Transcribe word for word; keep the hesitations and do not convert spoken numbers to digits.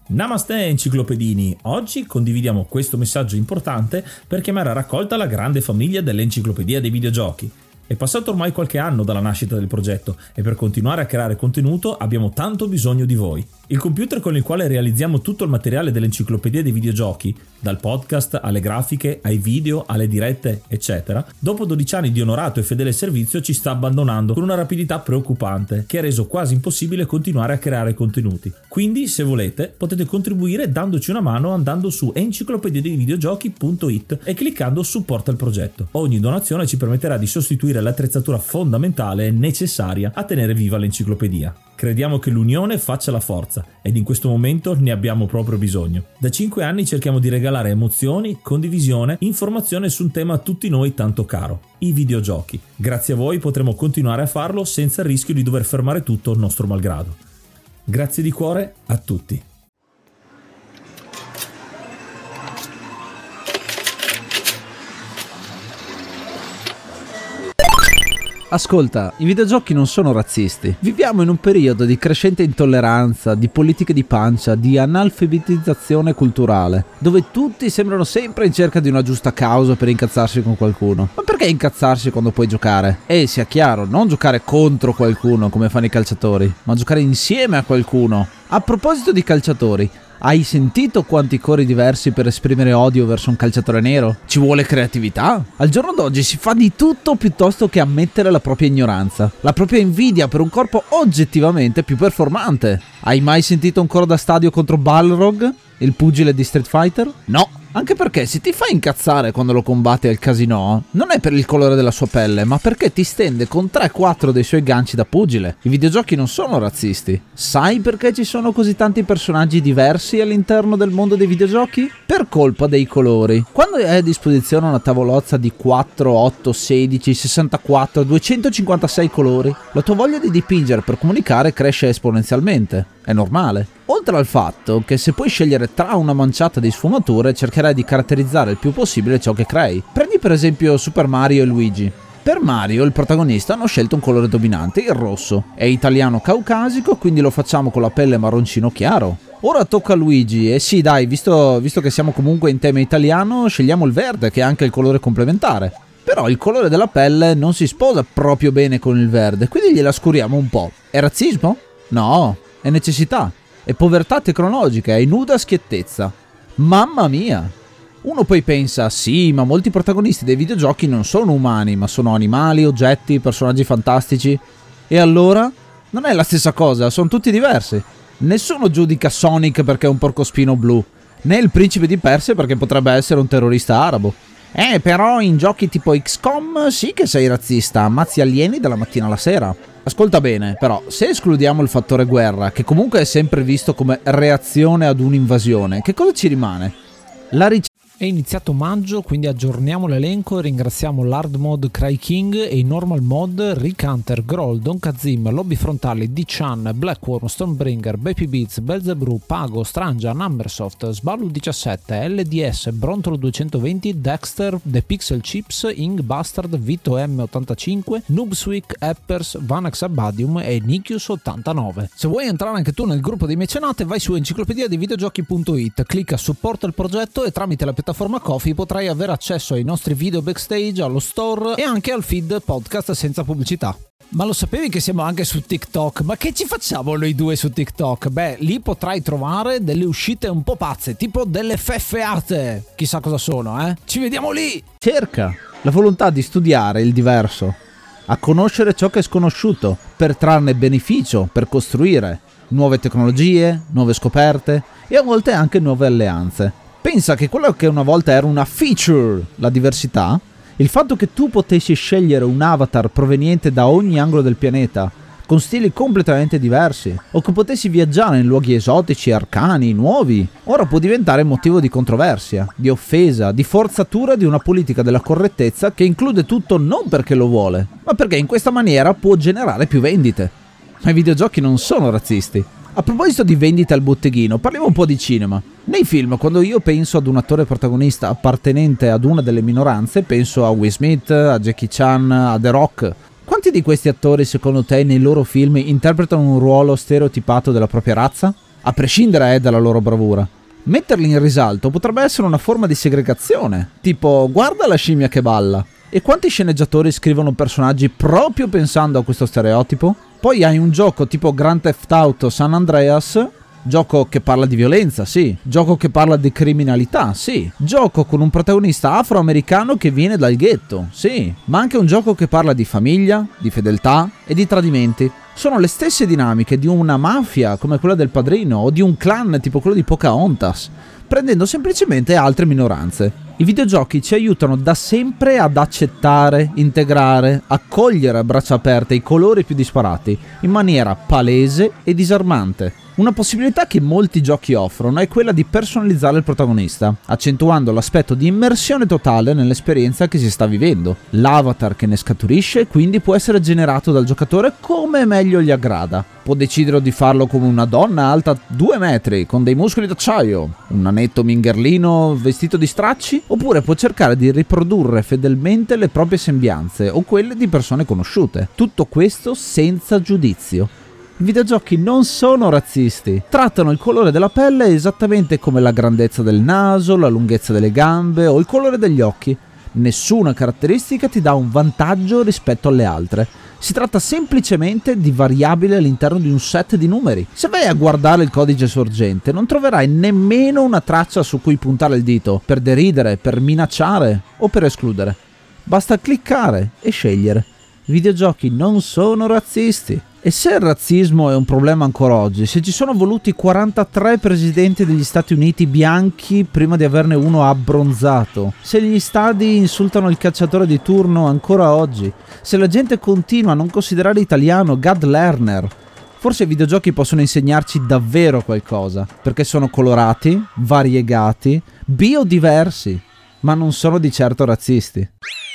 Namaste enciclopedini, oggi condividiamo questo messaggio importante per chiamare a raccolta la grande famiglia dell'Enciclopedia dei Videogiochi. È passato ormai qualche anno dalla nascita del progetto e per continuare a creare contenuto abbiamo tanto bisogno di voi. Il computer con il quale realizziamo tutto il materiale dell'Enciclopedia dei Videogiochi, dal podcast alle grafiche, ai video, alle dirette, eccetera, dopo dodici anni di onorato e fedele servizio ci sta abbandonando con una rapidità preoccupante che ha reso quasi impossibile continuare a creare contenuti. Quindi, se volete, potete contribuire dandoci una mano andando su enciclopedia dei videogiochi punto it e cliccando supporta il progetto. Ogni donazione ci permetterà di sostituire l'attrezzatura fondamentale e necessaria a tenere viva l'enciclopedia. Crediamo che l'unione faccia la forza ed in questo momento ne abbiamo proprio bisogno. Da cinque anni cerchiamo di regalare emozioni, condivisione, informazione su un tema a tutti noi tanto caro, i videogiochi. Grazie a voi potremo continuare a farlo senza il rischio di dover fermare tutto nostro malgrado. Grazie di cuore a tutti. Ascolta, i videogiochi non sono razzisti. Viviamo in un periodo di crescente intolleranza, di politiche di pancia, di analfabetizzazione culturale, dove tutti sembrano sempre in cerca di una giusta causa per incazzarsi con qualcuno. Ma perché incazzarsi quando puoi giocare? E sia chiaro, non giocare contro qualcuno come fanno i calciatori, ma giocare insieme a qualcuno. A proposito di calciatori, hai sentito quanti cori diversi per esprimere odio verso un calciatore nero? Ci vuole creatività? Al giorno d'oggi si fa di tutto piuttosto che ammettere la propria ignoranza, la propria invidia per un corpo oggettivamente più performante. Hai mai sentito un coro da stadio contro Balrog, il pugile di Street Fighter? No! Anche perché se ti fai incazzare quando lo combatte al casino, non è per il colore della sua pelle, ma perché ti stende con tre quattro dei suoi ganci da pugile. I videogiochi non sono razzisti. Sai perché ci sono così tanti personaggi diversi all'interno del mondo dei videogiochi? Per colpa dei colori. Quando hai a disposizione una tavolozza di quattro, otto, sedici, sessantaquattro, duecentocinquantasei colori, la tua voglia di dipingere per comunicare cresce esponenzialmente. È normale. Oltre al fatto che se puoi scegliere tra una manciata di sfumature, cercherai di caratterizzare il più possibile ciò che crei. Prendi per esempio Super Mario e Luigi. Per Mario il protagonista hanno scelto un colore dominante, il rosso. È italiano caucasico, quindi lo facciamo con la pelle marroncino chiaro. Ora tocca a Luigi e sì dai, visto, visto che siamo comunque in tema italiano, scegliamo il verde che è anche il colore complementare. Però il colore della pelle non si sposa proprio bene con il verde, quindi gliela scuriamo un po'. È razzismo? No, è necessità. È povertà tecnologica, è nuda schiettezza. Mamma mia! Uno poi pensa, sì, ma molti protagonisti dei videogiochi non sono umani, ma sono animali, oggetti, personaggi fantastici. E allora? Non è la stessa cosa, sono tutti diversi. Nessuno giudica Sonic perché è un porcospino blu, né il principe di Persia perché potrebbe essere un terrorista arabo. Eh, però in giochi tipo X COM sì che sei razzista, ammazzi alieni dalla mattina alla sera. Ascolta bene, però, se escludiamo il fattore guerra, che comunque è sempre visto come reazione ad un'invasione, che cosa ci rimane? La ricerca. È iniziato maggio, quindi aggiorniamo l'elenco e ringraziamo l'hard mod Cry King e i normal mod Rick Hunter, Groll, Don Kazim, Lobby Frontali, D-Chan, Blackworm, Stonebringer, Baby Beats, Belzebrew, Pago, Strangia, Numbersoft, Sballu diciassette, L D S, Brontolo duecentoventi, Dexter, The Pixel Chips, Ing Bastard, Vito M ottantacinque, Noobswick, Eppers, Vanax Abadium e Nikius ottantanove. Se vuoi entrare anche tu nel gruppo dei mecenate, vai su enciclopedia dei videogiochi punto it, clicca supporta il progetto e tramite la piattaforma Ko-fi potrai avere accesso ai nostri video backstage, allo store e anche al feed podcast senza pubblicità. Ma lo sapevi che siamo anche su TikTok? Ma che ci facciamo noi due su TikTok? Beh, lì potrai trovare delle uscite un po' pazze, tipo delle feffeate. Chissà cosa sono, eh? Ci vediamo lì! Cerca la volontà di studiare il diverso, a conoscere ciò che è sconosciuto, per trarne beneficio, per costruire nuove tecnologie, nuove scoperte e a volte anche nuove alleanze. Pensa che quello che una volta era una feature, la diversità, il fatto che tu potessi scegliere un avatar proveniente da ogni angolo del pianeta, con stili completamente diversi, o che potessi viaggiare in luoghi esotici, arcani, nuovi, ora può diventare motivo di controversia, di offesa, di forzatura di una politica della correttezza che include tutto non perché lo vuole, ma perché in questa maniera può generare più vendite. Ma i videogiochi non sono razzisti. A proposito di vendite al botteghino, parliamo un po' di cinema. Nei film, quando io penso ad un attore protagonista appartenente ad una delle minoranze, penso a Will Smith, a Jackie Chan, a The Rock. Quanti di questi attori, secondo te, nei loro film interpretano un ruolo stereotipato della propria razza? a prescindere eh, dalla loro bravura. Metterli in risalto potrebbe essere una forma di segregazione, tipo guarda la scimmia che balla. E quanti sceneggiatori scrivono personaggi proprio pensando a questo stereotipo? Poi hai un gioco tipo Grand Theft Auto San Andreas, gioco che parla di violenza, sì, gioco che parla di criminalità, sì, gioco con un protagonista afroamericano che viene dal ghetto, sì, ma anche un gioco che parla di famiglia, di fedeltà e di tradimenti. Sono le stesse dinamiche di una mafia come quella del Padrino o di un clan tipo quello di Pocahontas, prendendo semplicemente altre minoranze. I videogiochi ci aiutano da sempre ad accettare, integrare, accogliere a braccia aperte i colori più disparati, in maniera palese e disarmante. Una possibilità che molti giochi offrono è quella di personalizzare il protagonista, accentuando l'aspetto di immersione totale nell'esperienza che si sta vivendo. L'avatar che ne scaturisce quindi può essere generato dal giocatore come meglio gli aggrada. Può decidere di farlo come una donna alta due metri, con dei muscoli d'acciaio, un nanetto mingherlino vestito di stracci, oppure può cercare di riprodurre fedelmente le proprie sembianze o quelle di persone conosciute. Tutto questo senza giudizio. I videogiochi non sono razzisti, trattano il colore della pelle esattamente come la grandezza del naso, la lunghezza delle gambe o il colore degli occhi. Nessuna caratteristica ti dà un vantaggio rispetto alle altre. Si tratta semplicemente di variabili all'interno di un set di numeri. Se vai a guardare il codice sorgente non troverai nemmeno una traccia su cui puntare il dito, per deridere, per minacciare o per escludere. Basta cliccare e scegliere. I videogiochi non sono razzisti. E se il razzismo è un problema ancora oggi, se ci sono voluti quarantatré presidenti degli Stati Uniti bianchi prima di averne uno abbronzato, se gli stadi insultano il calciatore di turno ancora oggi, se la gente continua a non considerare italiano Gad Lerner, forse i videogiochi possono insegnarci davvero qualcosa, perché sono colorati, variegati, biodiversi, ma non sono di certo razzisti.